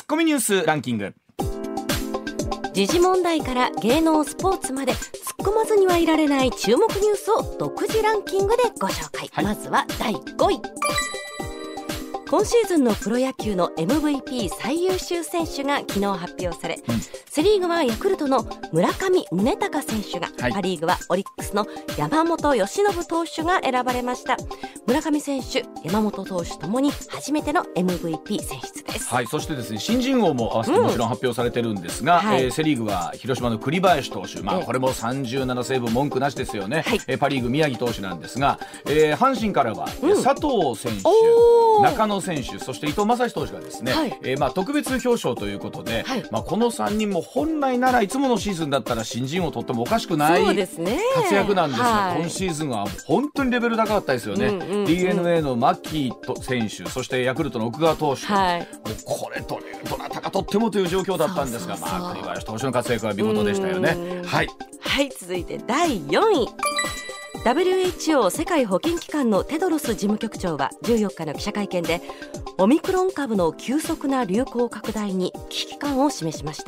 ッコミニュースランキング。 時事問題から芸能スポーツまで突っ込まずにはいられない注目ニュースを独自ランキングでご紹介、まずは第5位。今シーズンのプロ野球の MVP 最優秀選手が昨日発表され、セリーグはヤクルトの村上宗隆選手が、パリーグはオリックスの山本由伸投手が選ばれました。村上選手、山本投手ともに初めての MVP 選出です。 そしてですね、新人王も合わせてもちろん発表されてるんですが、セリーグは広島の栗林投手、これも37セーブ文句なしですよね。パリーグ宮城投手なんですが、阪神からは佐藤選手、中野選手、そして伊藤将司投手がですね、特別表彰ということで、この3人も本来ならいつものシーズンだったら新人王を取ってもおかしくない活躍なんですが、今シーズンは本当にレベル高かったですよね。DNA の牧選手、そしてヤクルトの奥川投手、もうこれ取れるどなたか取ってもという状況だったんですが、栗林投手の活躍は見事でしたよね。 続いて第4位。WHO 世界保健機関のテドロス事務局長は14日の記者会見で、オミクロン株の急速な流行拡大に危機感を示しました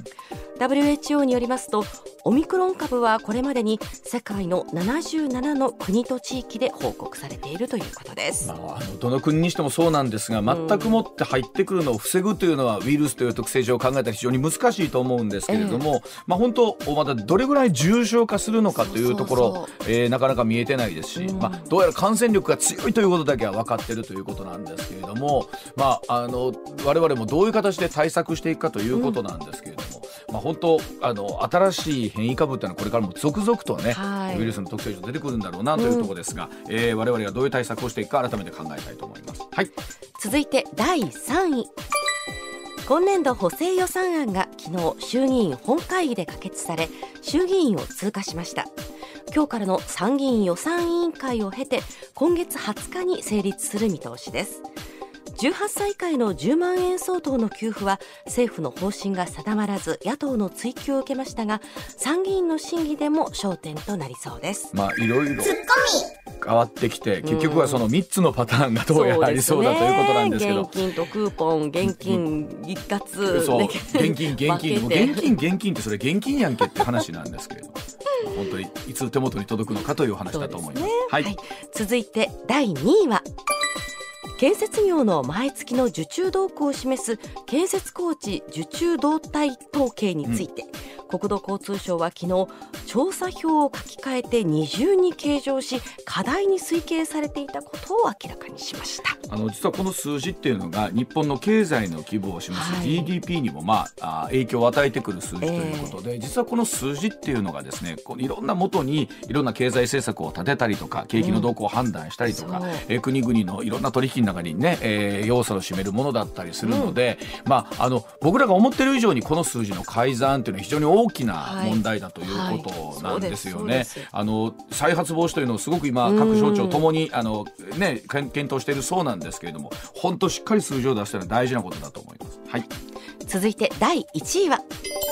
。WHO によりますと、オミクロン株はこれまでに世界の77の国と地域で報告されているということです。 どの国にしてもそうなんですが、全くもって入ってくるのを防ぐというのはウイルスという特性上考えたら非常に難しいと思うんですけれども、本当まだどれぐらい重症化するのかというところ、なかなか見えてないですし、どうやら感染力が強いということだけは分かっているということなんですけれども、我々もどういう形で対策していくかということなんですけれども、本当新しい変異株ってのはこれからも続々とね、ウイルスの特性上出てくるんだろうなというところですが、我々がどういう対策をしていくか改めて考えたいと思います。 続いて第3位。今年度補正予算案が昨日衆議院本会議で可決され、衆議院を通過しました。今日からの参議院予算委員会を経て今月20日に成立する見通しです。18歳以下への10万円相当の給付は政府の方針が定まらず野党の追及を受けましたが、参議院の審議でも焦点となりそうです。 いろいろ変わってきて、結局はその3つのパターンがどうやらありそうだということなんですけど、 現金とクーポン、現金一括、 現金ってそれ現金やんけって話なんですけれども、本当にいつ手元に届くのかという話だと思います。 続いて第2位は、建設業の毎月の受注動向を示す建設工事受注動態統計について、国土交通省は昨日調査表を書き換えて二重に計上し、過大に推計されていたことを明らかにしました。 実はこの数字っていうのが日本の経済の規模を示す GDP にも影響を与えてくる数字ということで、実はこの数字っていうのがですね、いろんな元にいろんな経済政策を立てたりとか、景気の動向を判断したりとか、国々のいろんな取引の中にね、要素を占めるものだったりするので、僕らが思ってる以上にこの数字の改ざんっていうのは非常に大きな問題だということなんですよね。再発防止というのをすごく今各省庁ともに検討しているそうなんですけれども、本当しっかり数字を出したのは大事なことだと思います。 続いて第1位は、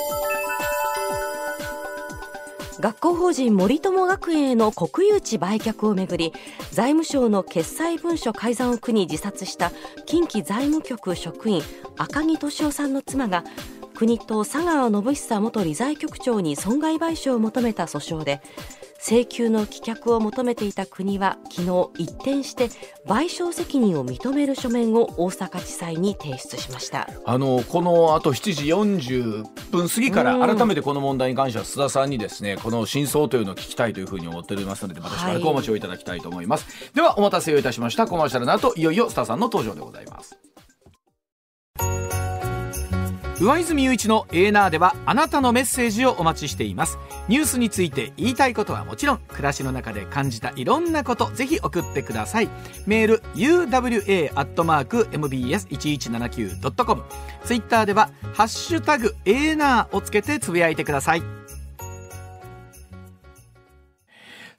学校法人森友学園への国有地売却をめぐり、財務省の決裁文書改ざんを苦に自殺した近畿財務局職員赤木俊夫さんの妻が、国と佐川宣久元理財局長に損害賠償を求めた訴訟で、請求の棄却を求めていた国は昨日一転して賠償責任を認める書面を大阪地裁に提出しました。 この後7時40分過ぎから改めてこの問題に関しては須田さんにですね、この真相というのを聞きたいというふうに思っておりますので、私からお待ちをいただきたいと思います。ではお待たせをいたしました。コマーシャルの後、いよいよ須田さんの登場でございます。上泉雄一のエーナーではあなたのメッセージをお待ちしています。ニュースについて言いたいことはもちろん、暮らしの中で感じたいろんなこと、ぜひ送ってください。メール uwa@mbs1179.com、 ツイッターではハッシュタグエーナーをつけてつぶやいてください。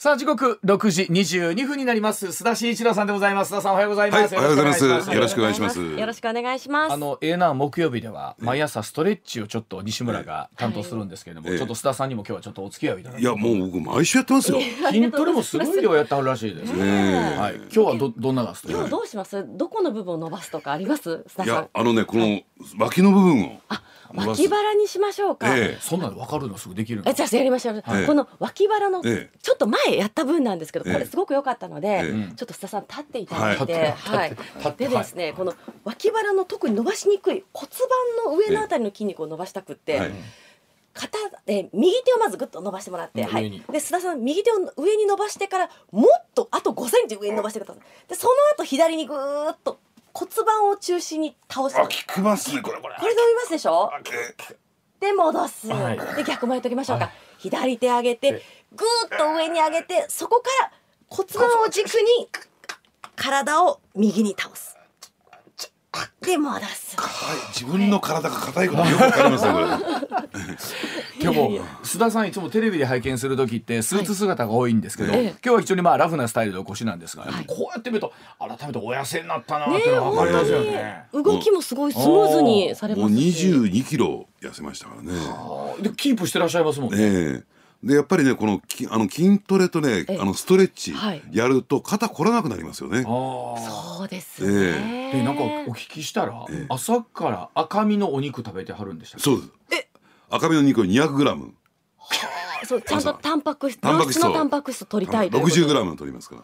さあ時刻6時22分になります。須田慎一郎さんでございます。須田さんおはようございます。 はい、おはようございます。よろしくお願いします。 よろしくお願いします。 な木曜日では毎朝ストレッチをちょっと西村が担当するんですけれども、ちょっと須田さんにも今日はちょっとお付き合いをいただいて。 いやもう僕毎週やってますよ。 筋トレもすごい量やってはるらしいですね。はい、今日はどんなが今日どうします？どこの部分を伸ばすとかあります？須田さん。 いやこの脇の部分を。 脇腹にしましょうか。 そんなの分かるのすぐできるの？ じゃあやりましょう。この脇腹のちょっと前やった分なんですけど、これすごく良かったので、ちょっと須田さん立っていただいて、はい。でですね、この脇腹の特に伸ばしにくい骨盤の上のあたりの筋肉を伸ばしたくって、右手をまずグッと伸ばしてもらって、はい。で須田さん右手を上に伸ばしてからもっとあと5センチ上に伸ばしてください。でその後左にぐーっと骨盤を中心に倒す。 効きますねこれ。 これ伸びますでしょ。で戻す、で逆もやっときましょうか。左手上げてぐーっと上に上げて、そこから骨盤を軸に体を右に倒す。で戻す。 自分の体が硬いことよくわかりますねこれ。 今日も須田さんいつもテレビで拝見する時ってスーツ姿が多いんですけど、今日は非常にラフなスタイルでお越しなんですが、こうやって見ると改めてお痩せになったなっていうのが分かりますよね。 動きもすごいスムーズにされますし、 もう22キロ痩せましたからね。 でキープしてらっしゃいますもんね。 でやっぱりねこの筋トレとねストレッチやると肩こらなくなりますよね。 そうですね。 でなんかお聞きしたら、朝から赤身のお肉食べてはるんでしたっけ？ そうです。赤身の肉を 200g。 そうちゃんとタンパク質のタンパク質取りたいということ。 60g 取りますから。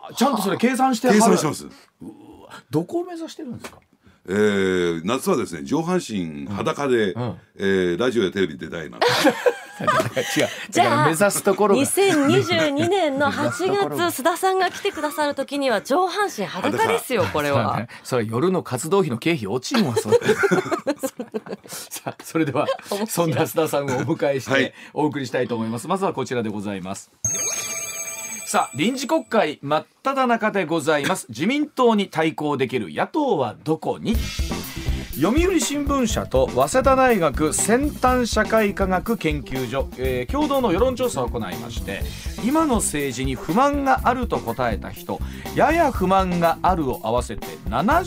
ちゃんとそれ計算して計算してます。 どこを目指してるんですか？ 夏はですね上半身裸でラジオやテレビ出たいな。 じゃあ目指すところが 2022年の8月須田さんが来てくださる時には上半身裸ですよ。これはそれ夜の活動費の経費落ちんわ。さあそれではそんな須田さんをお迎えしてお送りしたいと思います。まずはこちらでございます。さあ臨時国会真っ只中でございます。自民党に対抗できる野党はどこに？読売新聞社と早稲田大学先端社会科学研究所、共同の世論調査を行いまして、今の政治に不満があると答えた人、やや不満があるを合わせて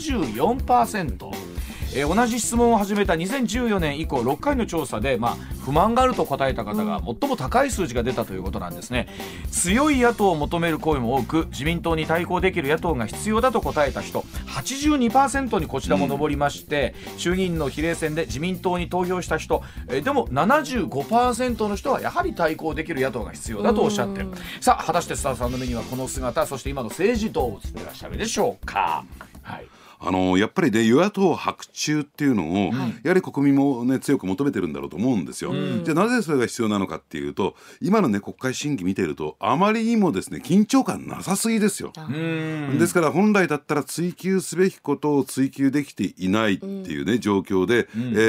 74%、同じ質問を始めた2014年以降6回の調査で、不満があると答えた方が最も高い数字が出たということなんですね。強い野党を求める声も多く、自民党に対抗できる野党が必要だと答えた人 82% にこちらも上りまして、衆議院の比例選で自民党に投票した人、でも 75% の人はやはり対抗できる野党が必要だとおっしゃってる。さあ果たして須田さんの目にはこの姿、そして今の政治どう映ってらっしゃるでしょうか？はい、 やっぱりね与野党伯仲っていうのを、やはり国民もね強く求めてるんだろうと思うんですよ。じゃあなぜそれが必要なのかっていうと、今のね国会審議見てるとあまりにもですね緊張感なさすぎですよ。ですから本来だったら追及すべきことを追及できていないっていうね、状況で、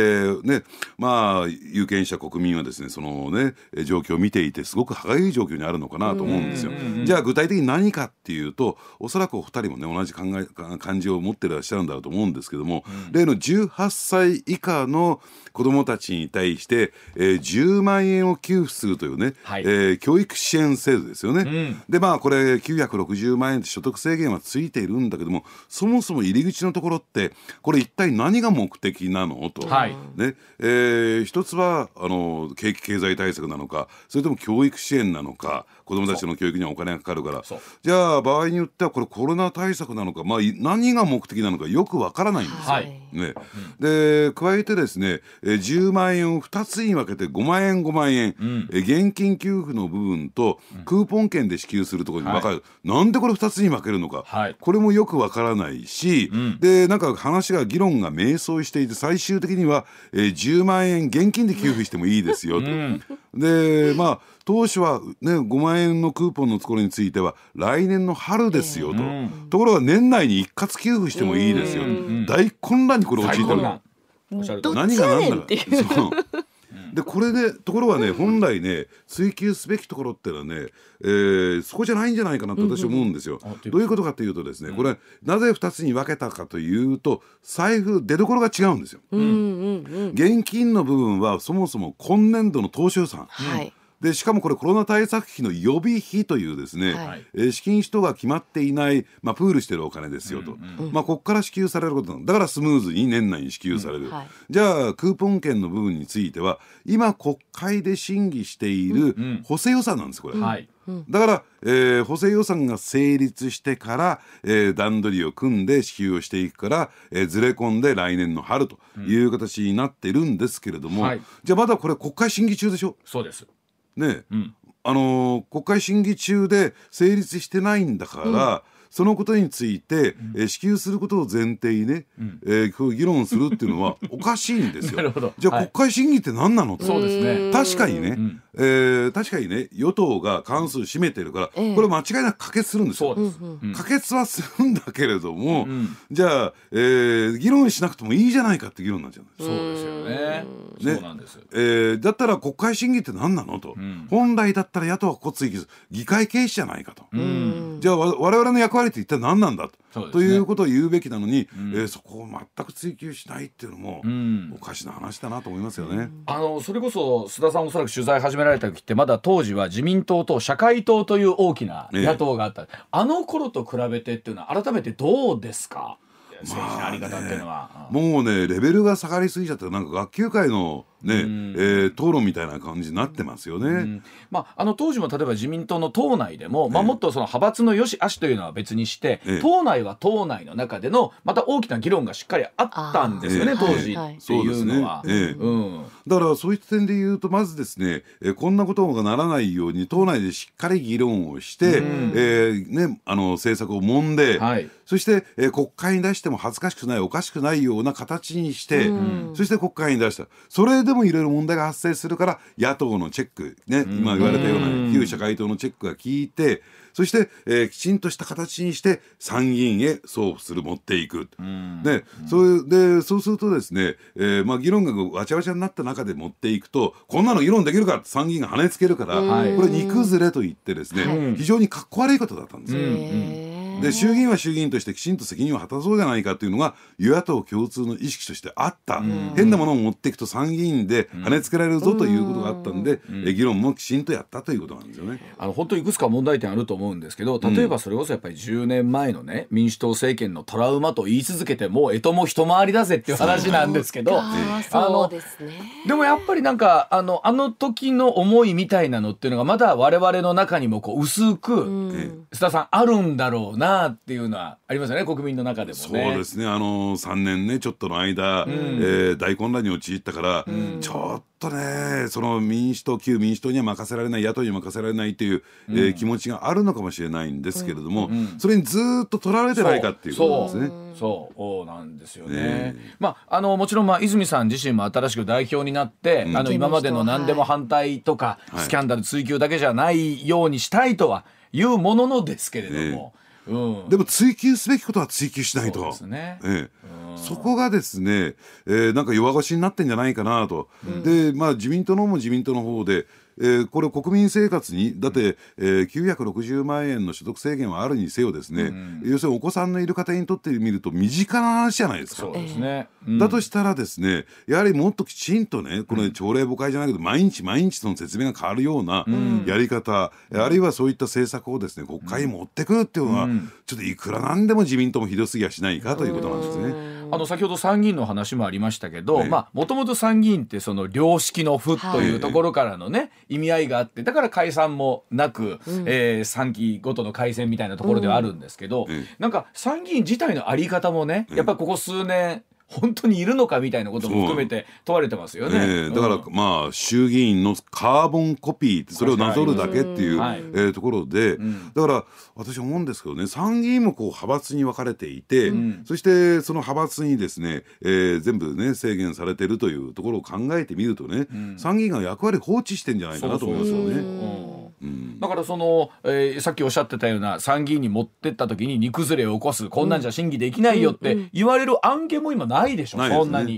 有権者国民はですねそのね状況を見ていてすごく歯がゆい状況にあるのかなと思うんですよ。じゃあ具体的に何かっていうと、おそらくお二人もね同じ感じを持ってらっしゃるんだろうと思うんですけども、例の18歳以下の子どもたちに対して、10万円を給付するというね、教育支援制度ですよね。でこれ960万円って所得制限はついているんだけども、そもそも入り口のところってこれ一体何が目的なのと、一つは景気経済対策なのか、それとも教育支援なのか、子どもたちの教育にはお金がかかるから、じゃあ場合によってはこれコロナ対策なのか、何が目的なのかよくわからないんですよ。で加えてですね、10万円を2つに分けて5万円5万円、現金給付の部分とクーポン券で支給するところに分かる、なんでこれ2つに分けるのか、これもよくわからないし、でなんか議論が迷走していて、最終的には、10万円現金で給付してもいいですよと。で当初は、5万円のクーポンのところについては来年の春ですよと、ところが年内に一括給付してもいいですよと、大混乱にこれ陥ってる。何が何だろうでこれでところはね、本来ね追求すべきところってのはね、そこじゃないんじゃないかなと私は思うんですよ。どういうことかというとですね、これなぜ2つに分けたかというと、財布出所が違うんですよ。現金の部分はそもそも今年度の当初予算、 でしかもこれコロナ対策費の予備費というですね、資金使途が決まっていない、プールしてるお金ですよと、ここから支給されることだからスムーズに年内に支給される、じゃあクーポン券の部分については今国会で審議している補正予算なんですこれ、だから、補正予算が成立してから、段取りを組んで支給をしていくから、ずれ込んで来年の春という形になってるんですけれども、じゃあまだこれ国会審議中でしょ。 そうですね、国会審議中で成立してないんだから、そのことについて、支給することを前提にね、議論するっていうのはおかしいんですよ。 なるほど。 じゃあ国会審議って何なのと。 そうですね。 確かにね、与党が過半数占めてるから、これ間違いなく可決するんですよ。可決はするんだけれども、じゃあ、議論しなくてもいいじゃないかって議論なんじゃないですか。 そうですよね。そうなんです。 だったら国会審議って何なのと、本来だったら野党はここ追及する議会軽視じゃないかと、じゃあ我々の役割って一体何なんだということを言うべきなのに、そこを全く追及しないっていうのもおかしな話だなと思いますよね。 それこそ須田さんおそらく取材始められた時ってまだ当時は自民党と社会党という大きな野党があった、あの頃と比べてっていうのは改めてどうですか。政治のあり方っていうのは、 もうねレベルが下がりすぎちゃってなんか学級会の討論みたいな感じになってますよね。 当時も例えば自民党の党内でも、もっとその派閥の良し悪しというのは別にして、党内は党内の中でのまた大きな議論がしっかりあったんですよね、当時っていうのは。 だからそういった点で言うとまずですね、こんなことがならないように党内でしっかり議論をして、政策を揉んで、そして、国会に出しても恥ずかしくないおかしくないような形にして、そして国会に出した。それでもいろいろ問題が発生するから野党のチェック、今言われたような旧社会党のチェックが効いて、そして、きちんとした形にして参議院へ送付する持っていく、そうするとですね、議論がわちゃわちゃになった中で持っていくとこんなの議論できるかって参議院が跳ねつけるから、これ煮崩れといってですね、非常にかっこ悪いことだったんですよ。で衆議院は衆議院としてきちんと責任を果たそうじゃないかというのが与野党共通の意識としてあった。変なものを持っていくと参議院で跳ねつけられるぞということがあったんで、議論もきちんとやったということなんですよね。 本当にいくつか問題点あると思うんですけど、例えばそれこそやっぱり10年前のね民主党政権のトラウマと言い続けても干支も一回りだぜっていう話なんですけど、 そうですね。 でもやっぱりなんかあの時の思いみたいなのっていうのがまだ我々の中にもこう薄く、須田さんあるんだろうなっていうのはありますよね、国民の中でもね。 そうですね、3年ねちょっとの間、大混乱に陥ったから、ちょっとねその旧民主党には任せられない、野党には任せられないという、気持ちがあるのかもしれないんですけれども、それにずっと取られてないかっていうことですね。 そうなんですよね。もちろん泉さん自身も新しく代表になって、今までの何でも反対とか、スキャンダル追及だけじゃないようにしたいとはいうもののですけれども、 でも追及すべきことは追及しないと。そうですね。そこがですね、なんか弱腰になってんじゃないかなと。で自民党の方も自民党の方でこれ国民生活にだって、960万円の所得制限はあるにせよですね、要するにお子さんのいる家庭にとってみると身近な話じゃないですか。 そうですね。 だとしたらですね、やはりもっときちんとねこの朝令暮改じゃないけど毎日毎日その説明が変わるようなやり方、あるいはそういった政策をですね国会に持ってくるっていうのは、ちょっといくらなんでも自民党もひどすぎやしないかということなんですね。 先ほど参議院の話もありましたけど、もともと参議院ってその良識の府というところからのね、意味合いがあって、だから解散もなく、3期ごとの改選みたいなところではあるんですけど、なんか参議院自体のあり方もね、やっぱりここ数年本当にいるのかみたいなことも含めて問われてますよね。 だから衆議院のカーボンコピーってそれをなぞるだけっていう、ところで、だから私思うんですけどね、参議院もこう派閥に分かれていて、そしてその派閥にですね、全部ね制限されてるというところを考えてみるとね、参議院が役割放置してんじゃないかなと思いますよね。だからその、さっきおっしゃってたような参議院に持ってった時に煮崩れを起こす、こんなんじゃ審議できないよって言われる案件も今ないでしょ、そんなに。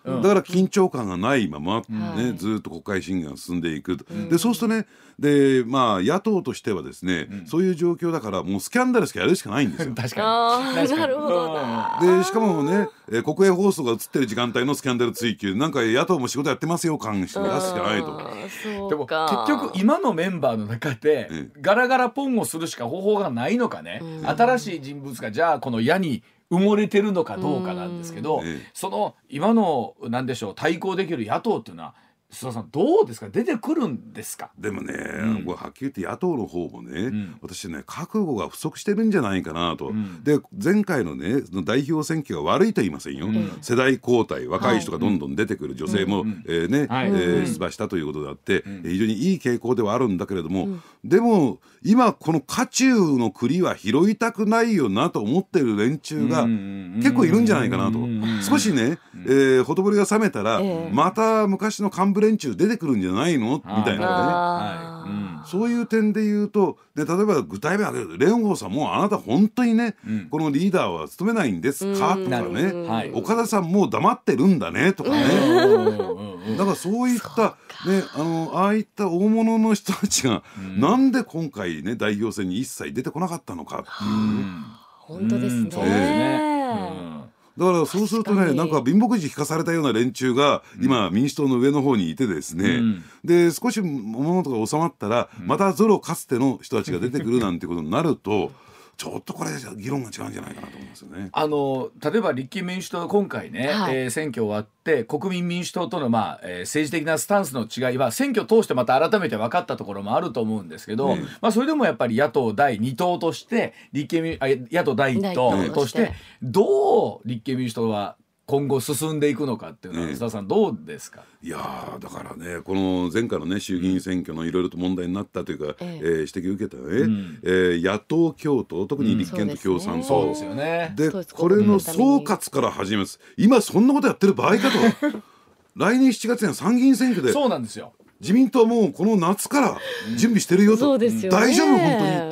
だから緊張感がないまま、ね、ずっと国会審議が進んでいく、でそうするとね、で野党としてはですね、そういう状況だからもうスキャンダルしかやるしかないんですよ。 確かになるほどな。 でしかもね、国営放送が映ってる時間帯のスキャンダル追及、なんか野党も仕事やってますよ感して出すしかないと。 でも結局今のメンバーの中でガラガラポンをするしか方法がないのかね、新しい人物がじゃあこの矢に埋もれてるのかどうかなんですけど、その今の何でしょう、対抗できる野党っていうのは須田さんどうですか、出てくるんですか。 でもね、これはっきり言って野党の方もね、私ね覚悟が不足してるんじゃないかなと、で前回のね代表選挙が悪いと言いませんよ、世代交代、若い人がどんどん出てくる、女性も出馬したということであって、非常にいい傾向ではあるんだけれども、でも今この渦中の栗は拾いたくないよなと思ってる連中が結構いるんじゃないかなと、少しね、ほとぼりが冷めたら、また昔の幹部連中出てくるんじゃないのみたいなね、そういう点で言うと、で例えば具体名挙げる蓮舫さんもあなた本当にね、このリーダーは務めないんですかとかね、岡田さんもう黙ってるんだねとかね、だからそういったね、ああいった大物の人たちがなんで今回ね代表選に一切出てこなかったのかっていう、 本当ですね。 だからそうするとね、なんか貧乏くじ引かされたような連中が今民主党の上の方にいてですね、で少し物事が収まったらまたゾロかつての人たちが出てくるなんてことになるとちょっとこれ議論が違うんじゃないかなと思いますよね。 例えば立憲民主党が今回ね、選挙終わって国民民主党との、政治的なスタンスの違いは選挙通してまた改めて分かったところもあると思うんですけど、それでもやっぱり野党第2党として野党第1党としてどう立憲民主党は今後進んでいくのかっていうのは須田さんどうですか。 いやだからね、この前回のね衆議院選挙のいろいろと問題になったというか、指摘を受けたね、野党共闘、特に立憲と共産党、でこれの総括から始めます。今そんなことやってる場合かと来年7月には参議院選挙で、そうなんですよ、自民党はもうこの夏から準備してるよと、大丈夫本当にって、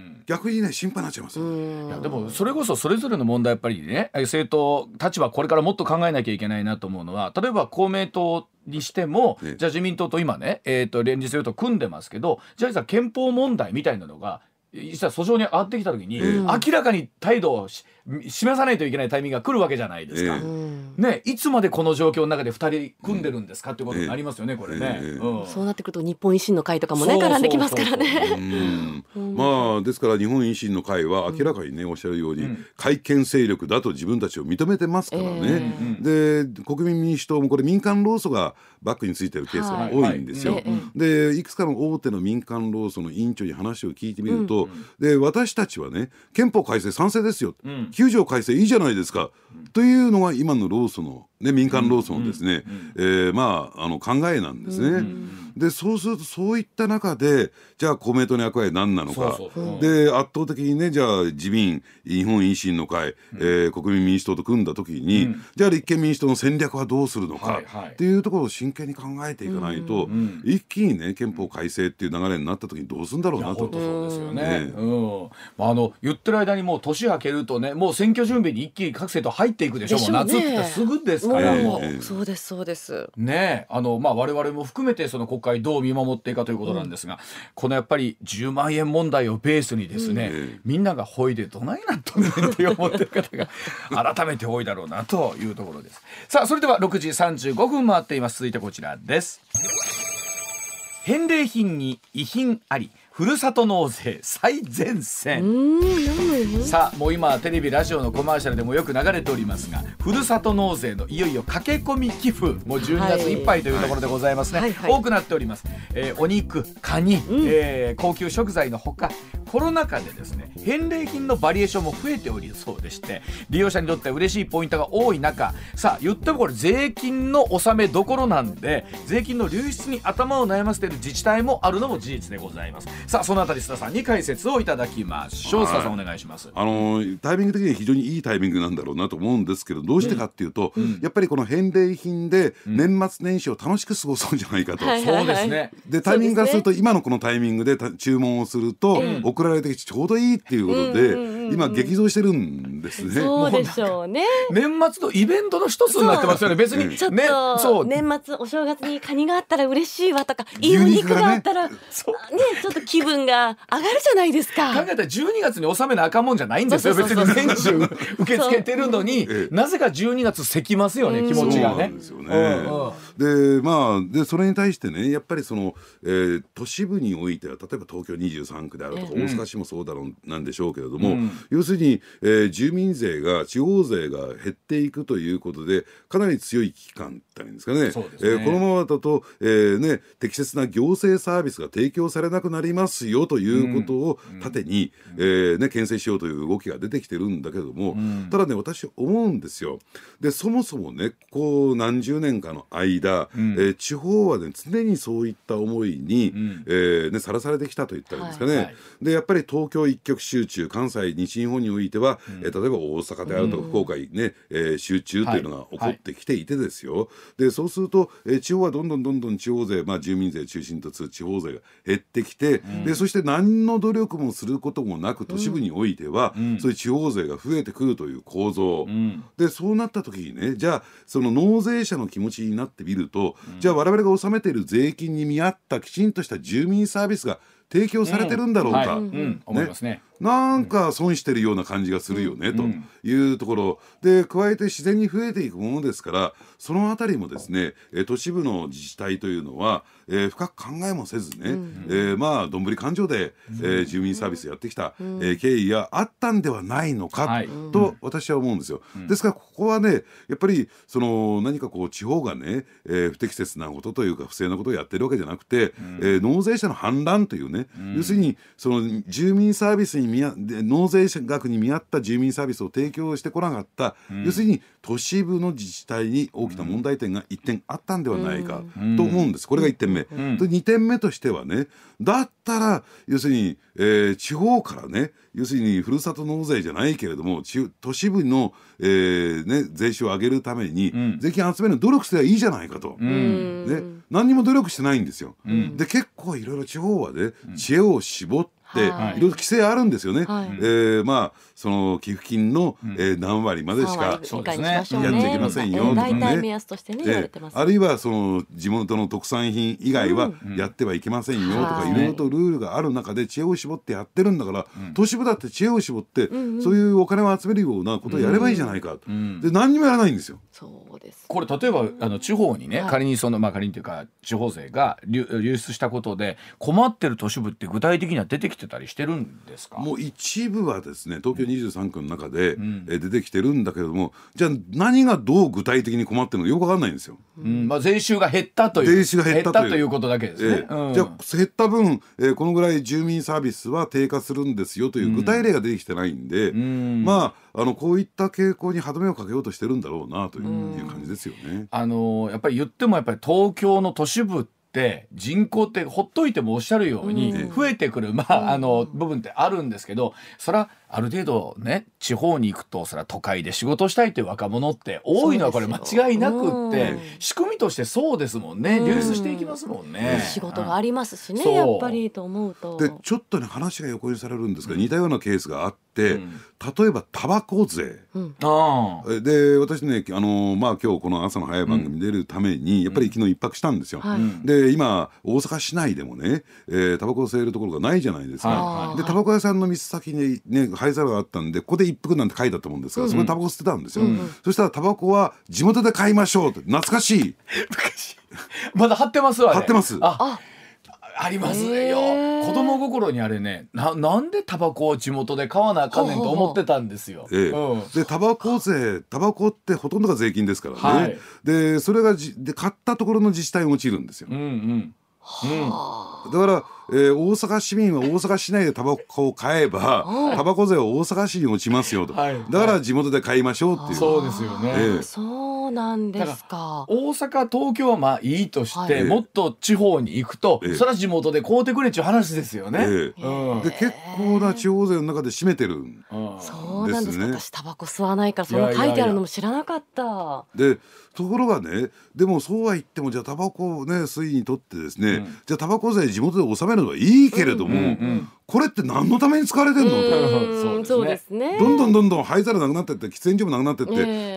逆にね心配になっちゃいます。 いやでもそれこそそれぞれの問題やっぱりね、政党立場これからもっと考えなきゃいけないなと思うのは、例えば公明党にしても、じゃあ自民党と今ね、連立与党組んでますけど、じゃあ憲法問題みたいなのが実は訴訟に上がってきた時に、明らかに態度を示さないといけないタイミングが来るわけじゃないですか、ね、いつまでこの状況の中で2人組んでるんですかっていうことになりますよね、これね、 そうなってくると日本維新の会とかもね絡んできますからね。 ですから日本維新の会は明らかにね、おっしゃるように改憲勢力だと自分たちを認めてますからね、で国民民主党もこれ民間労組がバックについてるケースが多いんですよ、でいくつかの大手の民間労組の委員長に話を聞いてみると、で私たちはね憲法改正賛成ですよ、9条改正いいじゃないですか、というのが今の労組の、民間労組のですね、考えなんですね。でそうするとそういった中でじゃあ公明党の役割は何なのか、で圧倒的にね、じゃあ自民、日本維新の会、国民民主党と組んだ時に、じゃあ立憲民主党の戦略はどうするのかっていうところを真剣に考えていかないと、一気にね憲法改正っていう流れになった時にどうするんだろうなと。 そうですよね、言ってる間にもう年明けるとね、もう選挙準備に一気に各政党入っていくでしょ。もう夏ってすぐですから、 そうですそうですね。我々も含めてその国会どう見守っていくかということなんですが、このやっぱり10万円問題をベースにですね、みんながほいでどないなっとんねんって思ってる方が改めて多いだろうなというところです。さあそれでは6時35分回っています。続いてこちらです。返礼品に遺品あり、ふるさと納税最前線。さあもう今テレビラジオのコマーシャルでもよく流れておりますが、ふるさと納税のいよいよ駆け込み寄付もう12月いっぱいというところでございますね、多くなっております。お肉、カニ、高級食材のほか、コロナ禍でですね返礼品のバリエーションも増えておりそうでして、利用者にとっては嬉しいポイントが多い中、さあ言ってもこれ税金の納めどころなんで、税金の流出に頭を悩ませている自治体もあるのも事実でございます。さあそのあたり須田さんに解説をいただきましょう。須田さんお願いします。 タイミング的には非常にいいタイミングなんだろうなと思うんですけど、どうしてかっていうと、やっぱりこの返礼品で年末年始を楽しく過ごそうじゃないかと、 そうですね。 でタイミングがすると、今のこのタイミングで注文をすると、送られてきてちょうどいいっていうことで、 今激増してるんですね。 そうでしょうね。 年末のイベントの一つになってますよね。別にちょっと、 ね、そう年末お正月にカニがあったら嬉しいわとか、いいお肉があったらね、ちょっと気分が上がるじゃないですか。 考えたら12月に納めなあかんもんじゃないんですよ。別に年中受け付けてるのに、なぜか12月せきますよね、気持ちがね。そうなんですよね。でそれに対してね、やっぱりその、都市部においては例えば東京23区であるとか、大阪市もそうだろうなんでしょうけれども、要するに、住民税が地方税が減っていくということでかなり強い危機感っていうんですかね。このままだと、適切な行政サービスが提供されなくなりますよということを盾に、牽制しようという動きが出てきてるんだけれども、ただね、私思うんですよ。でそもそもね、こう何十年かの間、地方はね常にそういった思いにさらされてきたと言ったらいいんですかね。でやっぱり東京一極集中、関西西日本においては、例えば大阪であるとか福岡にね、集中というのが起こってきていてですよ。でそうすると、地方はどんどん地方税、住民税中心とする地方税が減ってきて、でそして何の努力もすることもなく都市部においては、そういう地方税が増えてくるという構造、でそうなった時にね、じゃあその納税者の気持ちになってみると、じゃあ我々が納めている税金に見合ったきちんとした住民サービスが提供されてるんだろうか、 思いますね。 なんか損してるような感じがするよね、というところで、加えて自然に増えていくものですから、そのあたりもですね、都市部の自治体というのは、深く考えもせずね、どんぶり勘定で、住民サービスやってきた、経緯があったんではないのか、と私は思うんですよ。ですからここはね、やっぱりその何かこう地方がね、不適切なことというか不正なことをやってるわけじゃなくて、納税者の反乱というね、要するにその住民サービスに納税額に見合った住民サービスを提供してこなかった、要するに都市部の自治体に大きな問題点が1点あったんではないかと思うんです。これが1点目。2点目としてはね、だったら要するに、地方からね、要するにふるさと納税じゃないけれども都市部の、税収を上げるために、税金集める努力すればいいじゃないかと、何にも努力してないんですよ。で結構いろいろ地方はね、知恵を絞っていろいろ規制あるんですよね。その寄付金の、何割までしかやっちゃいけませんよとかね、 大体目安としてね言われてます。 あるいはその地元の特産品以外はやってはいけませんよとか、いろいろとルールがある中で知恵を絞ってやってるんだから、都市部だって知恵を絞って、そういうお金を集めるようなことをやればいいじゃないか、で何にもやらないんですよ。 そうです。 これ例えば地方にね、仮にその仮にというか地方税が流出したことで困ってる都市部って具体的には出てきてたりしてるんですか？ もう一部はですね、東京23区の中で、出てきてるんだけれども、じゃあ何がどう具体的に困ってるのかよく分かんないんですよ。 税収が減ったということだけですね。 じゃあ減った分、このぐらい住民サービスは低下するんですよという具体例が出てきてないんで、こういった傾向に歯止めをかけようとしてるんだろうなという感じですよね。 やっぱり言ってもやっぱり東京の都市部って人口ってほっといてもおっしゃるように増えてくる部分ってあるんですけど、それはある程度ね、地方に行くとそれは都会で仕事したいという若者って多いのはこれ間違いなくって、仕組みとしてそうですもんね。流出していきますもんね。 仕事がありますしね、やっぱりと思うと。 でちょっとね話が横にされるんですが、似たようなケースがあって、例えばタバコ税、で私ね、今日この朝の早い番組出るために、やっぱり昨日一泊したんですよ。で今大阪市内でもね、タバコを吸えるところがないじゃないですか。でタバコ屋さんの店先にね灰皿があったんで、ここで一服なんて書いてあったもんですから、そこでタバコ吸ってたんですよ。そしたらタバコは地元で買いましょうって、懐かしいまだ貼ってますわ。 貼ってます。 ありますよ。子供心にあれね、なんでタバコを地元で買わなあかんねんと思ってたんですよ。 でタバコってほとんどが税金ですからね。でそれがで買ったところの自治体に陥るんですよ。だから、大阪市民は大阪市内でタバコを買えば、タバコ税は大阪市に落ちますよと、だから地元で買いましょうっていう。 そうですよね。 そうなんですか。 大阪東京はいいとして、もっと地方に行くと、それは地元で買うてくれっちゅう話ですよね。 で結構な地方税の中で占めてるんですね。 そうなんですか。私タバコ吸わないからその書いてあるのも知らなかった。 でところがね、でもそうは言ってもじゃあタバコをね吸いにとってですね、じゃあタバコ税地元で収めるのはいいけれども、これって何のために使われてんのと。 そうですね。 どんどん灰皿なくなってって、喫煙所もなくなってって、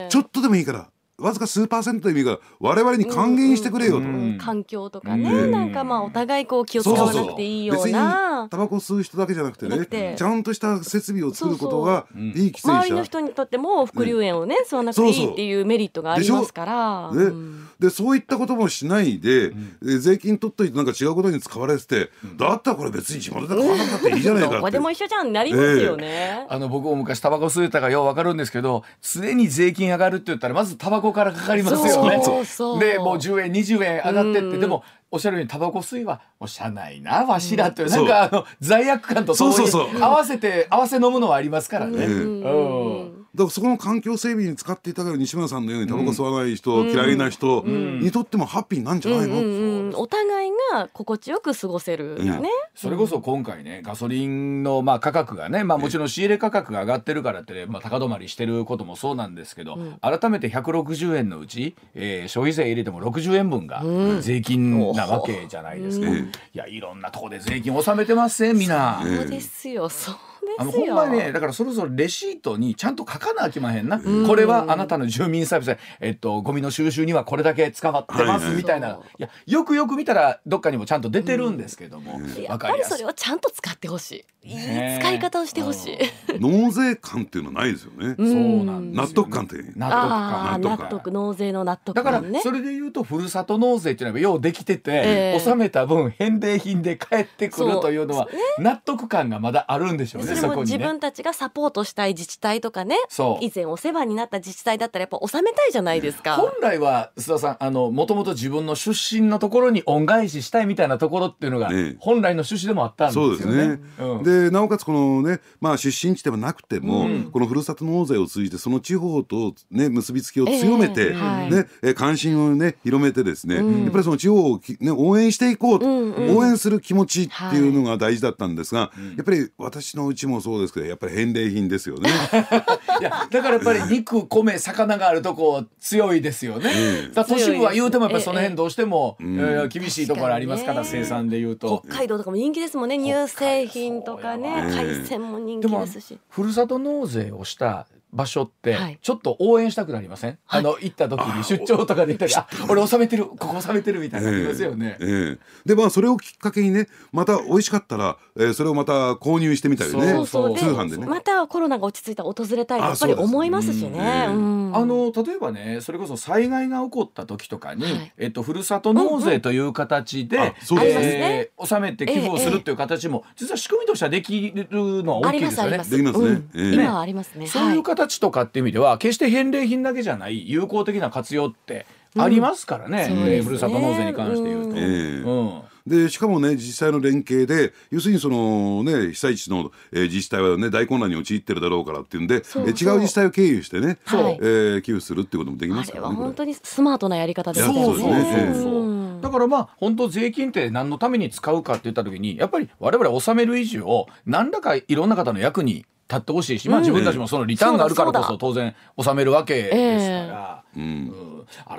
ちょっとでもいいからわずか数%でもいいから我々に還元してくれよと、 環境とかね、なんかお互いこう気を使わなくていいような、 別にタバコ吸う人だけじゃなくてね、ちゃんとした設備を作ることがいい規制者、 周りの人にとっても副流煙をね吸わなくていいっていうメリットがありますから、 でそういったこともしないで、税金取っといてなんか違うことに使われてて、だったらこれ別に地元で買わなくていいじゃないかって、 どこでも一緒じゃんなりますよね。 僕も昔タバコ吸えたからよう分かるんですけど、常に税金上がるって言ったらまずタバコからかかりますよね。でもう10円20円上がってって、でもおっしゃるようにタバコ吸いはもうしゃないなわしらという、なんか罪悪感とともに合わせ飲むのはありますからね。 だからそこの環境整備に使っていただける西村さんのようにタバコ吸わない人、嫌いな人にとってもハッピーなんじゃないの、 お互いが心地よく過ごせるね、 それこそ今回ねガソリンの価格がね、もちろん仕入れ価格が上がってるからって、高止まりしてることもそうなんですけど、改めて160円のうち、消費税入れても60円分が税金なわけじゃないですか。いやいろんなとこで税金納めてますねみんな。 そうですよ、そうですほんよ。 まにね、だからそろそろレシートにちゃんと書かなあきまへんな、これはあなたの住民サービスで、ゴミの収集にはこれだけ使ってますみたいな、いやよくよく見たらどっかにもちゃんと出てるんですけども、 やっぱりそれをちゃんと使ってほしい、いい使い方をしてほしい。 納税感っていうのはないですよね。 そうなんですよね。 納得感って、 納得、納税の納得感ね。 だからそれで言うとふるさと納税っていうのはようできてて、納めた分返礼品で返ってくるというのは納得感がまだあるんでしょうね。 それも自分たちがサポートしたい自治体とかね、以前お世話になった自治体だったらやっぱ納めたいじゃないですか。 本来は須田さんもともと自分の出身のところに恩返ししたいみたいなところっていうのが本来の趣旨でもあったんですよね。 そうですね、でなおかつこのね、出身地ではなくても、このふるさと納税を通じてその地方と、ね、結びつきを強めて、関心をね広めてですね、やっぱりその地方を、ね、応援していこうと、応援する気持ちっていうのが大事だったんですが、やっぱり私のうちもそうですけどやっぱり返礼品ですよね。 いやだからやっぱり肉米魚があるとこ強いですよね。都市部は言うてもやっぱりその辺どうしても、厳しいところありますから、生産でいうと北海道とかも人気ですもんね。乳製品とかね、海鮮も人気ですし。 でもふるさと納税をした場所ってちょっと応援したくなりません？行った時に出張とかで行ったり、俺納めてる、ここ納めてるみたいなのありますよね。 でそれをきっかけにね、また美味しかったら、それをまた購入してみたりね、通販でね、またコロナが落ち着いたら訪れたいとやっぱり思いますしね。 例えばね、それこそ災害が起こった時とかに、ふるさと納税という形で納めて寄付をするっていう形も実は仕組みとしてはできるのは大きいですよね。 できますね。 今はありますね。 そういう形とかっていう意味では決して返礼品だけじゃない有効的な活用ってありますからね、ふるさと納税に関して言うと。 でしかもね、自治体の連携で要するにその、ね、被災地の、自治体は、ね、大混乱に陥ってるだろうからっていうんで、違う自治体を経由してね、寄付するっていうこともできますからね。 あれは本当にスマートなやり方ですね。 だから本当税金って何のために使うかって言った時にやっぱり我々納める以上何らかいろんな方の役に立ってほしいし、自分たちもそのリターンがあるからこそ当然納めるわけですから、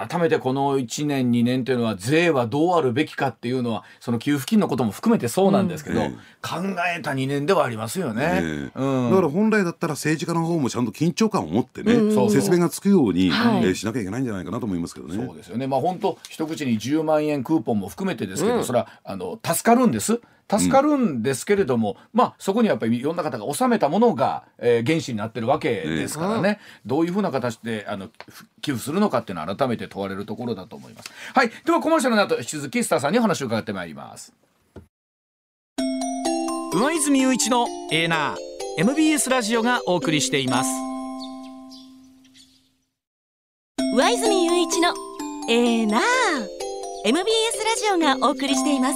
改めてこの1年2年というのは税はどうあるべきかっていうのはその給付金のことも含めてそうなんですけど、考えた2年ではありますよね。 だから本来だったら政治家の方もちゃんと緊張感を持ってね、説明がつくように、しなきゃいけないんじゃないかなと思いますけどね。 そうですよね。本当一口に10万円クーポンも含めてですけど、それは助かるんです。助かるんですけれども、そこにやっぱりいろんな方が納めたものが、原資になってるわけですからね、どういうふうな形で寄付するのかっていうのは改めて問われるところだと思います。はい、ではコマーシャルの後引き続きスターさんにお話を伺ってまいります。 上泉雄一のエーナー MBS ラジオがお送りしています。 上泉雄一のエーナー MBS ラジオがお送りしています。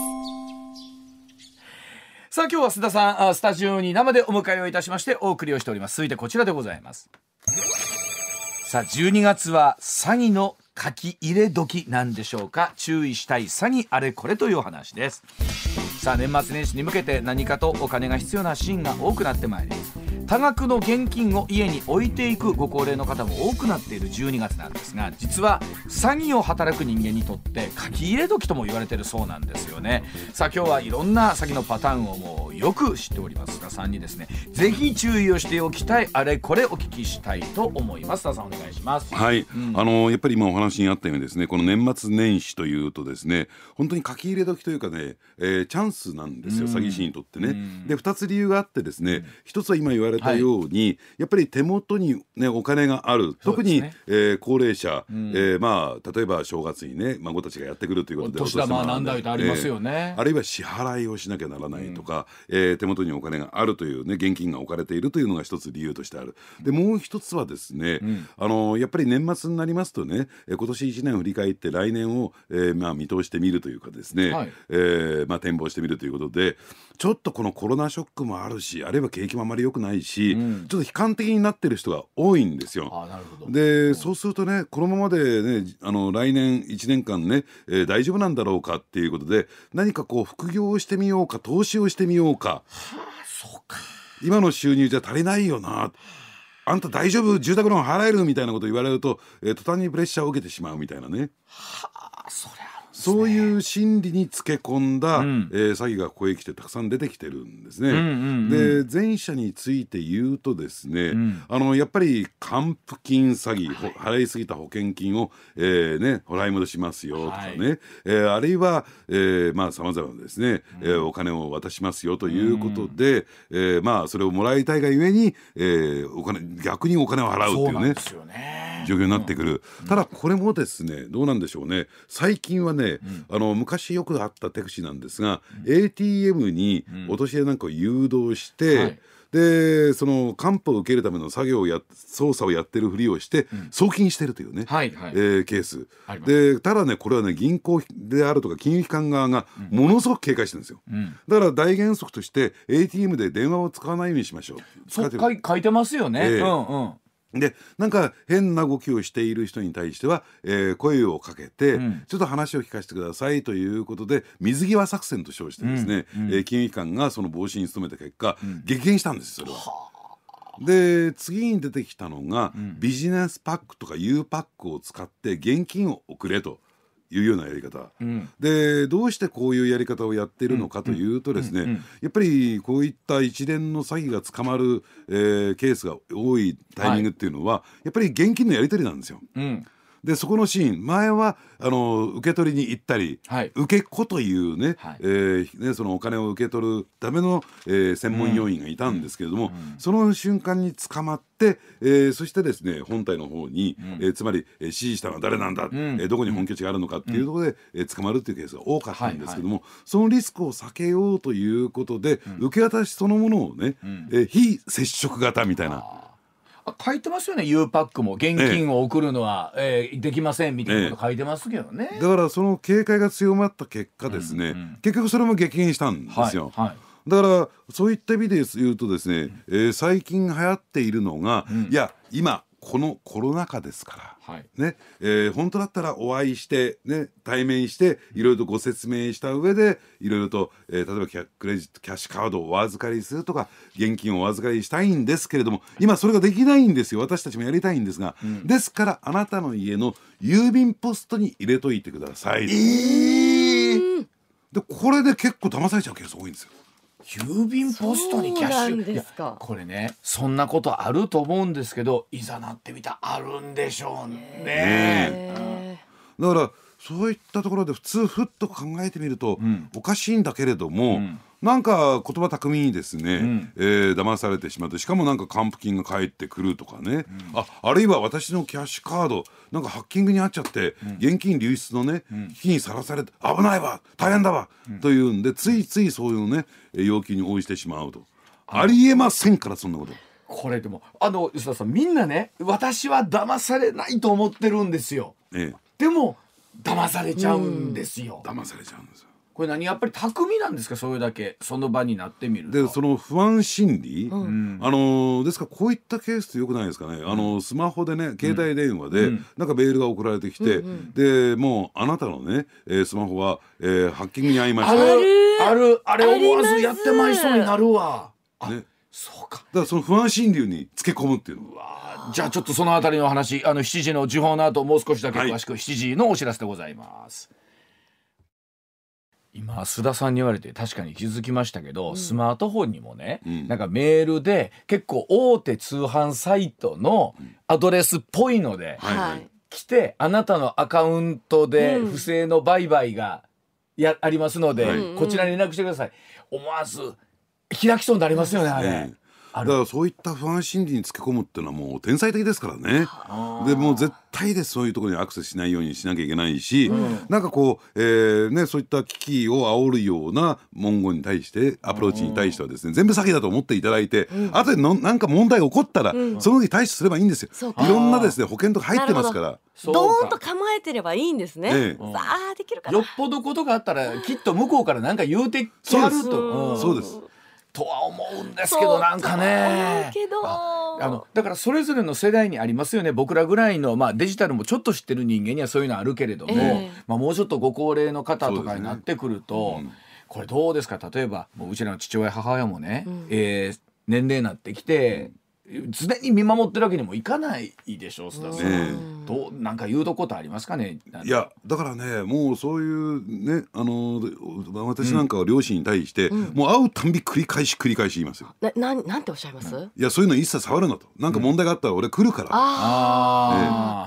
さあ今日は須田さんスタジオに生でお迎えをいたしましてお送りをしております。続いてこちらでございます。さあ12月は詐欺の書き入れ時なんでしょうか。注意したい詐欺あれこれというお話です。さあ年末年始に向けて何かとお金が必要なシーンが多くなってまいります。 多額の現金を家に置いていくご高齢の方も多くなっている12月なんですが、実は詐欺を働く人間にとって書き入れ時とも言われているそうなんですよね。さあ今日はいろんな詐欺のパターンをもうよく知っております須田さんにですね、ぜひ注意をしておきたいあれこれお聞きしたいと思います。須田さんお願いします。 はい、やっぱり今お話にあったようにですね、この年末年始というとですね、本当に書き入れ時というかね、チャンスなんですよ、詐欺師にとってね。で2つ理由があってですね、一つは今言われたように、やっぱり手元に、ね、お金がある、特に、高齢者、例えば正月にね孫たちがやってくるということで、 お年玉何台とありますよね。 あるいは支払いをしなきゃならないとか、手元にお金があるというね、現金が置かれているというのが一つ理由としてある。でもう一つはですね、やっぱり年末になりますとね、今年1年を振り返って来年を、見通してみるというかですね、展望してみるということで、ちょっとこのコロナショックもあるし、あるいは景気もあまり良くないし、ちょっと悲観的になってる人が多いんですよ。 なるほど。 でそうするとね、このままでね、来年1年間ね、大丈夫なんだろうかっていうことで、何かこう副業をしてみようか、投資をしてみようか、 そうか、 今の収入じゃ足りないよな、あんた大丈夫、住宅ローン払えるみたいなことを言われると、途端にプレッシャーを受けてしまうみたいなね。 そりゃそういう心理につけ込んだ、詐欺がここへ来てたくさん出てきてるんですね。で前者について言うとですね、やっぱり還付金詐欺、払いすぎた保険金を、払い戻しますよとかね、あるいはさまざまなですね、お金を渡しますよということで、それをもらいたいがゆえに、逆にお金を払うっていうね、状況になってくる。ただこれもですね、どうなんでしょうね、最近はね、昔よくあった手口なんですが、ATM にお年寄りなんかを誘導して、でその還付を受けるための操作をやってるふりをして送金してるというね、ケースで、ただねこれはね、銀行であるとか金融機関側がものすごく警戒してるんですよ。だから大原則として ATM で電話を使わないようにしましょう。 そう書いてますよね。 でなんか変な動きをしている人に対しては、声をかけて、ちょっと話を聞かせてくださいということで、水際作戦と称してですね、金融機関がその防止に努めた結果、激減したんですそれは。で次に出てきたのが、ビジネスパックとか U パックを使って現金を送れというようなやり方、でどうしてこういうやり方をやっているのかというとですね、やっぱりこういった一連の詐欺が捕まる、ケースが多いタイミングっていうのは、やっぱり現金のやり取りなんですよ。でそこのシーン、前は受け取りに行ったり、受け子というね、そのお金を受け取るための、専門要員がいたんですけれども、その瞬間に捕まって、そしてですね本体の方に、つまり、指示したのは誰なんだ、どこに本拠地があるのかっていうところで、捕まるっていうケースが多かったんですけども、そのリスクを避けようということで、受け渡しそのものをね、非接触型みたいな。 書いてますよね。 U パックも現金を送るのは、できませんみたいなこと書いてますけどね。 だからその警戒が強まった結果ですね、結局それも激減したんですよ。だからそういった意味で言うとですね、最近流行っているのが、いや今このコロナ禍ですからね、本当だったらお会いして、ね、対面していろいろとご説明した上で、いろいろと、例えばクレジットキャッシュカードをお預かりするとか現金をお預かりしたいんですけれども、今それができないんですよ。私たちもやりたいんですが、ですからあなたの家の郵便ポストに入れといてください。でこれで結構騙されちゃうケース多いんですよ。 郵便ポストにキャッシュ、いやこれね、そんなことあると思うんですけど、いざなってみたらあるんでしょうね。 だからそういったところで普通ふっと考えてみると、おかしいんだけれども、なんか言葉巧みにですね、騙されてしまって、しかもなんか還付金が返ってくるとかね、あるいは私のキャッシュカードなんかハッキングにあっちゃって現金流出のね、危機にさらされて危ないわ大変だわ、というんでついついそういうね要求に応じてしまうと、ありえませんからそんなこと。 これでも吉田さん、みんなね、私は騙されないと思ってるんですよ。でも騙されちゃうんですよ。 騙されちゃうんですよ。 これやっぱり巧みなんですか、それだけその場になってみると。 でその不安心理、ですからこういったケースってよくないですかね。スマホでね、携帯電話でなんかメールが送られてきて、でもうあなたのね、スマホは、ハッキングに遭いました。 あれ思わずやってまいそうになるわ。 そうか。 だからその不安心理につけ込むっていうの。 じゃあちょっとそのあたりの話、7時の時報の後もう少しだけ詳しく、7時のお知らせでございます。今須田さんに言われて確かに気づきましたけど、スマートフォンにもね、なんかメールで結構大手通販サイトのアドレスっぽいので、来て、あなたのアカウントで不正の売買がありますので、こちらに連絡してください。思わず開きそうになりますよね、あれ。 だからそういった不安心理につけ込むっていうのはもう天才的ですからね。でもう絶対でそういうところにアクセスしないようにしなきゃいけないし、なんかこう、そういった危機を煽るような文言に対してアプローチに対してはですね、全部詐欺だと思っていただいて、後でなんか問題起こったら、その時対処すればいいんですよ。いろんなですね保険とか入ってますから。 ドーンと構えてればいいんですね。できるかな。 よっぽどことがあったらきっと向こうから何か言うてきはると。 そうです。 とは思うんですけど、なんかね、だからそれぞれの世代にありますよね。僕らぐらいの、デジタルもちょっと知ってる人間にはそういうのあるけれども、もうちょっとご高齢の方とかになってくると、これどうですか。例えばもううちらの父親母親もね、年齢になってきて常に見守ってるわけにもいかないでしょう。須田さん、なんか言うとことありますかね。 いやだからね、もうそういうね、私なんかは両親に対して、もう会うたんび繰り返し言いますよ。 なんておっしゃいます？ いやそういうの一切触るなと。なんか問題があったら俺来るから、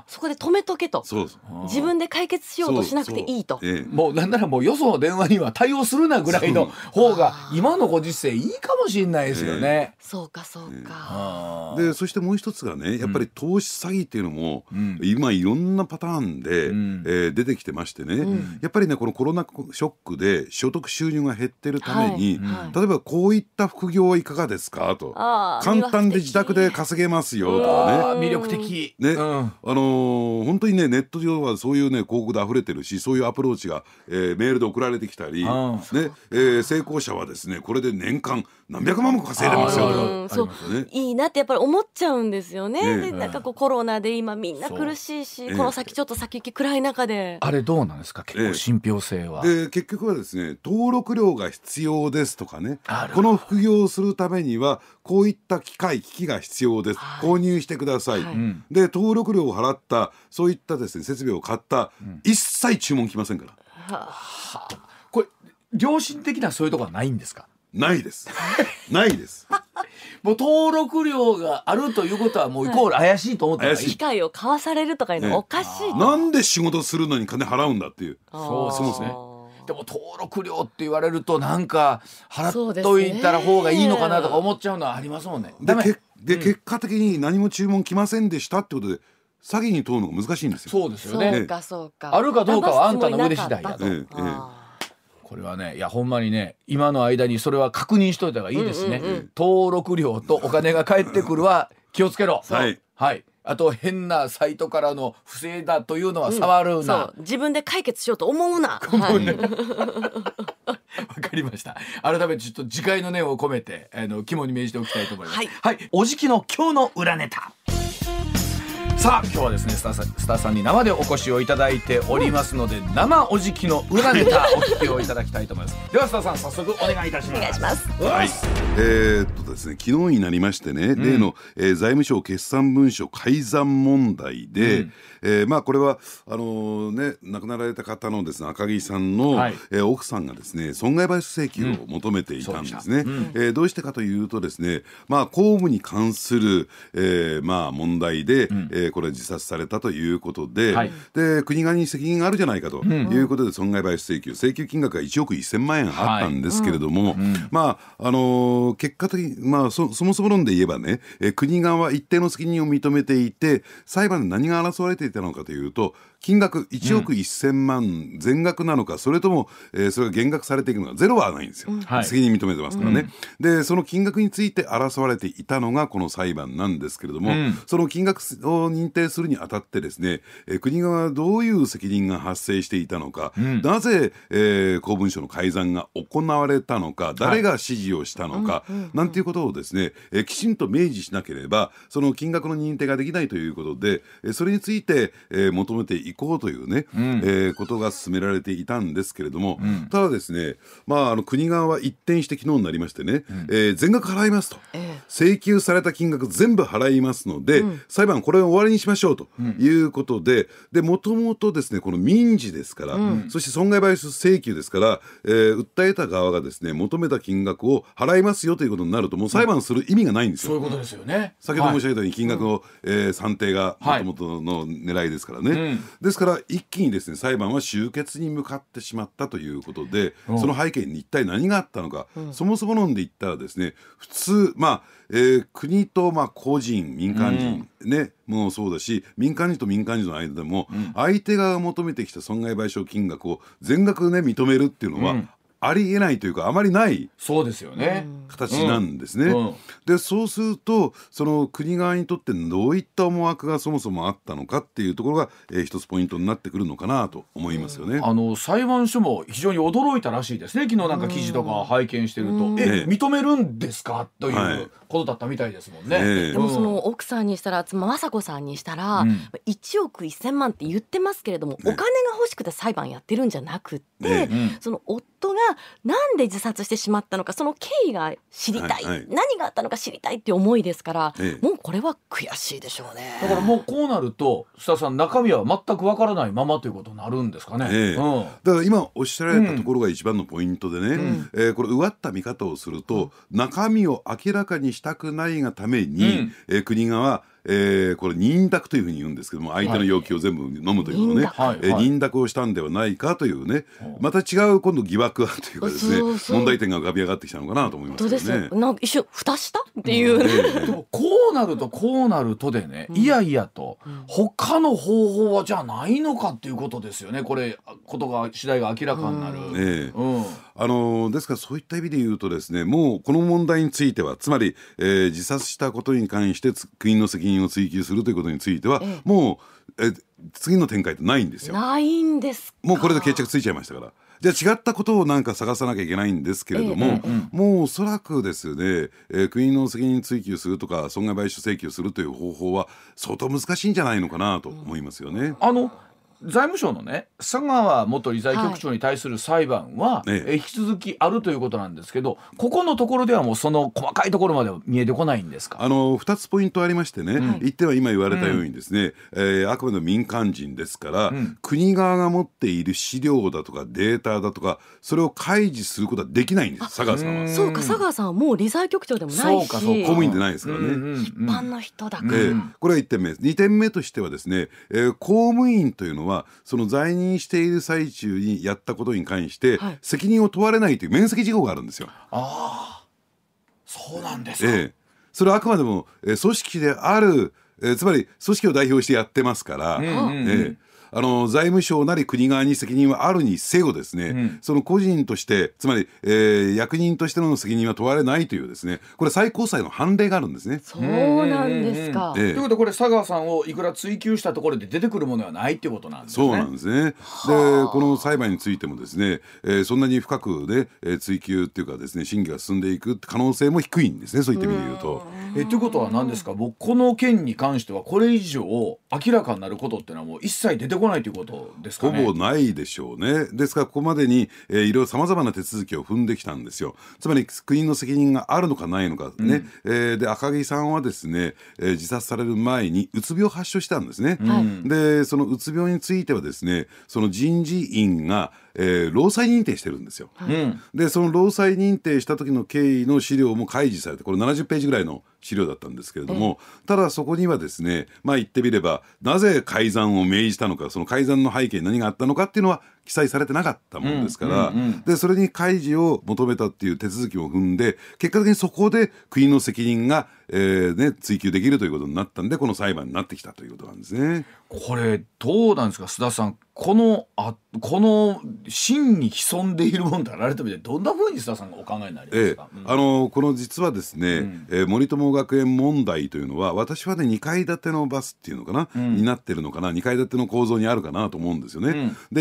そこで止めとけと。 そう自分で解決しようとしなくていいと。 もうなんならもうよその電話には対応するなぐらいの方が今のご時世いいかもしれないですよね。 そうかそうか。 でそしてもう一つがね、やっぱり投資詐欺っていうのも、今いろんなパターンで、出てきてましてね、やっぱりねこのコロナショックで所得収入が減ってるために、例えばこういった副業はいかがですかと、簡単で自宅で稼げますよとかね、魅力的ね、本当にねネット上はそういうね広告で溢れてるし、そういうアプローチが、メールで送られてきたり、成功者はですねこれで年間何百万も稼いでますよと、 いいなってやっぱり思っちゃうんですよね。でなんかこうコロナで今みんな苦しいし、この先ちょっと先行き暗い中で、 あれどうなんですか、結構信憑性は。 で結局はですね、登録料が必要ですとかね、この副業をするためにはこういった機器が必要です、購入してください、で登録料を払った、そういったですね設備を買った、一切注文来ませんから。 これ良心的なそういうところはないんですか？ ないですないですもう登録料があるということはもうイコール怪しいと思ってない。 機械を買わされるとかいうのはおかしい、 なんで仕事するのに金払うんだっていう。 そうですね。でも登録料って言われるとなんか払っといたら方がいいのかなとか思っちゃうのはありますもんね。 で結果的に何も注文来ませんでしたってことで詐欺に問うのが難しいんですよ。 そうですよね。 そうかそうか。 あるかどうかはあんたの腕次第だと。これはね、いやほんまにね、今の間にそれは確認しといた方がいいですね。登録料とお金が返ってくるは気をつけろ。はい。あと変なサイトからの不正だというのは触るな。 そう自分で解決しようと思うな。わかりました。改めてちょっと次回の念を込めて肝に銘じておきたいと思います。はい。おじきの今日の裏ネタ。さあ今日はですねスターさんに生でお越しをいただいておりますので、生おじきの裏ネタお聞きをいただきたいと思います。ではスターさん早速お願いいたします。 お願いします。 はい。ですね、昨日になりましてね、例の、財務省決算文書改ざん問題で、これは亡くなられた方のですね赤木さんの、奥さんがですね損害賠償請求を求めていたんですね。どうしてかというとですね、公務に関する、問題で、これ自殺されたということで、で国側に責任があるじゃないかということで損害賠償請求金額が1億1000万円あったんですけれども、結果的に、そもそも論で言えばね、国側は一定の責任を認めていて、裁判で何が争われていたのかというと、金額1億1000万全額なのか、それとも、それが減額されていくのか、ゼロはないんですよ、責任認めてますからね。でその金額について争われていたのがこの裁判なんですけれども、その金額を認定するにあたってですね、国側はどういう責任が発生していたのか、なぜ、公文書の改ざんが行われたのか、誰が指示をしたのか、なんていうことをですね、きちんと明示しなければその金額の認定ができないということで、それについて、求めていこうというね、ことが進められていたんですけれども、ただですね、国側は一転して昨日になりましてね、全額払いますと、 請求された金額全部払いますので、裁判これを終わりにしましょうということで、もともとですねこの民事ですから、そして損害賠償請求ですから、訴えた側がですね求めた金額を払いますよということになると、もう裁判する意味がないんですよ。 そういうことですよね。 先ほど申し上げたように金額の、算定がもともとの狙いですからね、ですから一気にですね裁判は終結に向かってしまったということで、その背景に一体何があったのか、そもそも論で言ったらですね、普通国と個人民間人、もうそうだし、民間人と民間人の間でも、相手が求めてきた損害賠償金額を全額認めるっていうのは、ありえないというかあまりないそうですよね形なんですね。でそうするとその国側にとってどういった思惑がそもそもあったのかっていうところが、一つポイントになってくるのかなと思いますよね。 裁判所も非常に驚いたらしいですね。昨日なんか記事とか拝見してると、認めるんですかということだったみたいですもんね。 でもその奥さんにしたら雅子さんにしたら、1億1000万って言ってますけれども、お金が欲しくて裁判やってるんじゃなくって、その夫がなんで自殺してしまったのか、その経緯が知りたい、何があったのか知りたいっていう思いですから、もうこれは悔しいでしょうね。 だからもうこうなると須田さん、中身は全くわからないままということになるんですかね。 だから今おっしゃられたところが一番のポイントでね、これうわった見方をすると、中身を明らかにしたくないがために、国側これ認諾というふうに言うんですけども、相手の要求を全部飲むというのをね、認諾をしたんではないかというね、また違う今度疑惑がというかですね、問題点が浮かび上がってきたのかなと思いますけどね。 なんか一瞬蓋したっていう、 でもこうなるとでね、いやいやと、他の方法はじゃあないのかっていうことですよね。これことが次第が明らかになる。 ですからそういった意味で言うとですね、もうこの問題については、つまり、自殺したことに関して国の責任を追及するということについては、もう、次の展開ってないんですよ。 ないんですか。 もうこれで決着ついちゃいましたから。じゃあ違ったことをなんか探さなきゃいけないんですけれども、もうおそらくですね、国の責任追及するとか損害賠償請求するという方法は相当難しいんじゃないのかなと思いますよね。 財務省のね佐川元理財局長に対する裁判は、引き続きあるということなんですけど、ここのところではもうその細かいところまでは見えてこないんですか。 2つポイントありましてね、1点は今言われたようにですね、あくまで民間人ですから、国側が持っている資料だとかデータだとか、それを開示することはできないんです、佐川さんは。 そうか、佐川さんはもう理財局長でもないし、公務員でないですからね、 一般の人だから、 これは1点目。2点目としてはですね、公務員というのはその在任している最中にやったことに関して、責任を問われないという免責事項があるんですよ。 そうなんですか。 それはあくまでも、組織である、つまり組織を代表してやってますから、財務省なり国側に責任はあるにせよですね、その個人としてつまり、役人としての責任は問われないというですね、これ最高裁の判例があるんですね。 そうなんですか。 ということでこれ佐川さんをいくら追及したところで出てくるものではないっていうことなんですね。 そうなんですね。でこの裁判についてもですね、そんなに深くね、追及っていうかですね審議が進んでいく可能性も低いんですね、そういった意味で言うと。 ということは何ですか、僕この件に関してはこれ以上明らかになることっていうのはもう一切出てこないということですかね。 ほぼないでしょうね。ですからここまでに、いろいろさまざまな手続きを踏んできたんですよ。つまり国の責任があるのかないのかね、で赤木さんはですね、自殺される前にうつ病を発症したんですね、でそのうつ病についてはですね、その人事院が労災認定してるんですよ、でその労災認定した時の経緯の資料も開示されて、これ70ページぐらいの資料だったんですけれども、ただそこにはですね、言ってみればなぜ改ざんを命じたのか、その改ざんの背景に何があったのかっていうのは記載されてなかったものですから、でそれに開示を求めたっていう手続きを踏んで、結果的にそこで国の責任が、追及できるということになったんで、この裁判になってきたということなんですね。これどうなんですか須田さん、この真に潜んでいるものと改めてどんなふうに須田さんがお考えになりますか。 この実はですね、森友学園問題というのは、私はね2階建てのバスっていうのかな、になってるのかな、2階建ての構造にあるかなと思うんですよね、で一つは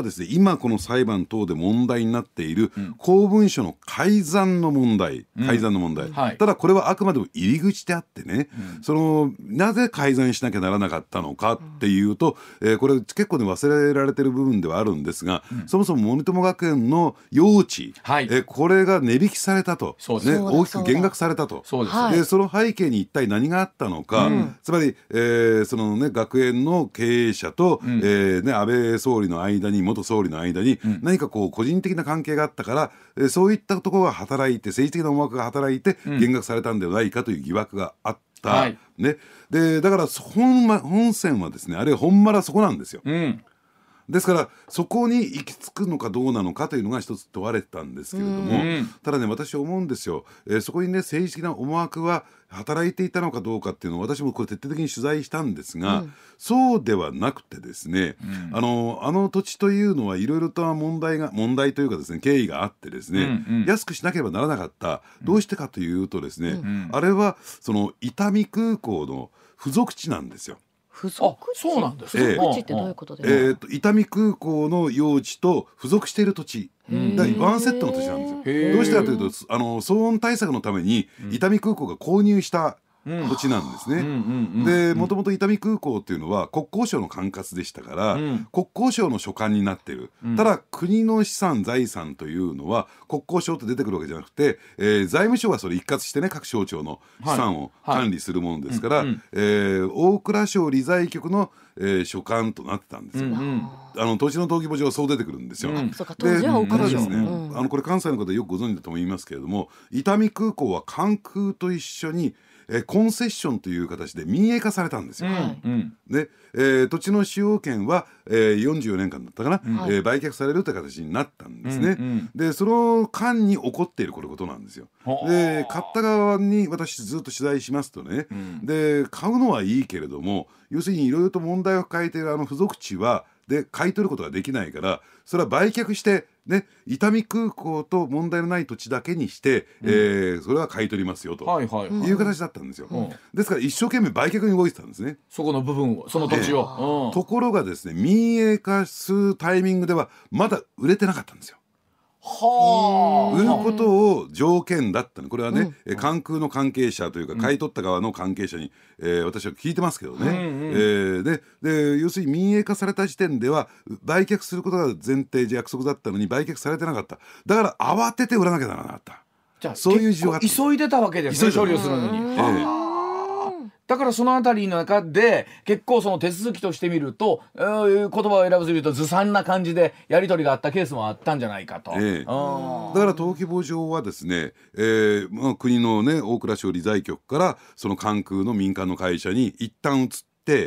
はですね、今この裁判等で問題になっている公文書の改ざんの問題、ただこれはあくまでも入り口であってね、なぜ改ざんしなきゃならなかったのかっていうと、これ結構ね忘れられてる部分ではあるんですが、そもそも森友学園の用地、これが値引きされたと、大きく減額されたと。でその背景に一体何があったのか、つまり、学園の経営者と、安倍総理の間に、元総理の間に何かこう個人的な関係があったから、そういったところが働いて、政治的な思惑が働いて減額されたんではないかという疑惑があった、でだから本線はですね、あるいは本丸はそこなんですよ。ですからそこに行き着くのかどうなのかというのが一つ問われてたんですけれども、ただね、私は思うんですよ、そこにね政治的な思惑は働いていたのかどうかっていうのを私もこれ徹底的に取材したんですが、そうではなくてですね、あの土地というのはいろいろと問題というかですね、経緯があってですね、安くしなければならなかった。どうしてかというとですね、あれはその伊丹空港の付属地なんですよ。 付属地、そうなんですね。付属地ってどういうことですか？ 伊丹空港の用地と付属している土地、ワンセットの土地なんですよ。どうしてかというと、騒音対策のために伊丹空港が購入した土地なんですね。でもともと伊丹空港っていうのは国交省の管轄でしたから、国交省の所管になっている。ただ国の資産財産というのは国交省って出てくるわけじゃなくて、財務省がそれ一括してね、各省庁の資産を管理するものですから、大蔵省理財局の所管となってたんですよ。土地の登記簿上はそう出てくるんですよ。 そうか、当時は大蔵省。 これ関西の方よくご存知だと思いますけれども、伊丹空港は関空と一緒にコンセッションという形で民営化されたんですよ。で土地の使用権は44年間だったかな、売却されるという形になったんですね。でその間に起こっているこれことなんですよ。で買った側に私ずっと取材しますとね、で買うのはいいけれども、要するにいろいろと問題を抱えている付属地はで買い取ることができないから、それは売却してね、伊丹空港と問題のない土地だけにして、それは買い取りますよという形だったんですよ。ですから一生懸命売却に動いてたんですね、そこの部分を、その土地を。ところがですね、民営化するタイミングではまだ売れてなかったんですよ。売ることを条件だったの。これはね、関空の関係者というか買い取った側の関係者に、私は聞いてますけどね。で要するに民営化された時点では売却することが前提で約束だったのに売却されてなかった。だから慌てて売らなきゃならなかった。じゃあそういう事情があった。急いでたわけですね、処理をするのに。だからそのあたりの中で結構その手続きとしてみると、言葉を選ぶというとずさんな感じでやり取りがあったケースもあったんじゃないかと。だから登記簿上はですね、国のね大蔵省理財局からその関空の民間の会社に一旦移って、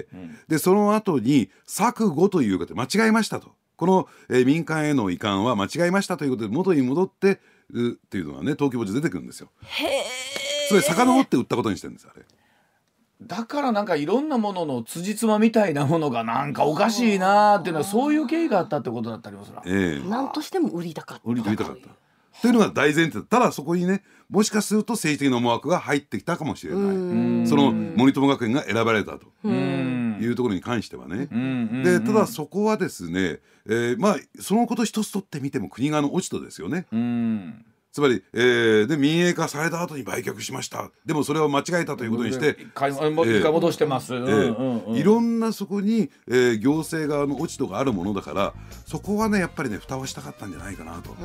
でその後に錯誤ということで間違えましたと、この、民間への移管は間違えましたということで元に戻ってっていうのはね、登記簿上出てくるんですよ。それ遡って売ったことにしてるんです、あれ。だからなんかいろんなものの辻褄みたいなものがなんかおかしいなっていうのは、そういう経緯があったってことだったりもする。 何としても売りたかった。売りたかったというのが大前提。ただそこにね、もしかすると政治的な思惑が入ってきたかもしれない。その森友学園が選ばれたというところに関してはね。でただそこはですね、そのこと一つとってみても国側の落ち度ですよね。つまり、で民営化された後に売却しました。でもそれを間違えたということにして、一回戻してます。いろんなそこに、行政側の落ち度があるものだから、そこはねやっぱりね蓋をしたかったんじゃないかなと。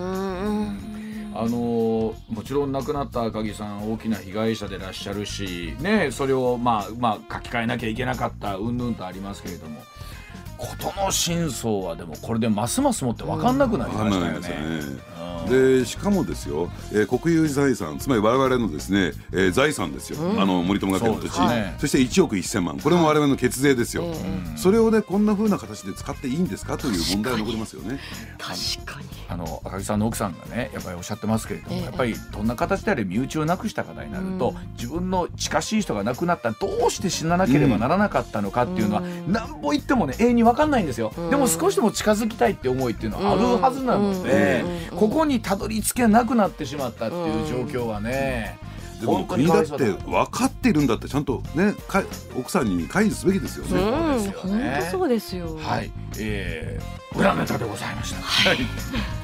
もちろん亡くなった赤木さん大きな被害者でいらっしゃるし、ね、それを書き換えなきゃいけなかった云々とありますけれども、事の真相はでもこれでますますもって分かんなくなりましたよね。でしかもですよ、国有財産、つまり我々のですね、財産ですよ、森友学園の土地、そして1億1000万、これも我々の血税ですよ。それをねこんな風な形で使っていいんですかという問題が残りますよね。 確かに赤木さんの奥さんがねやっぱりおっしゃってますけれども、やっぱりどんな形であれ身内を亡くした方になると、自分の近しい人が亡くなったらどうして死ななければならなかったのかっていうのは、なんぼ言ってもね永遠に分かんないんですよ。でも少しでも近づきたいって思いっていうのはあるはずなので、ここにたどり着けなくなってしまったっていう状況はね、 でも国だって分かっているんだってちゃんとね奥さんに開示すべきですよね。 本当そうですよ。 はい、裏ネタでございました。はい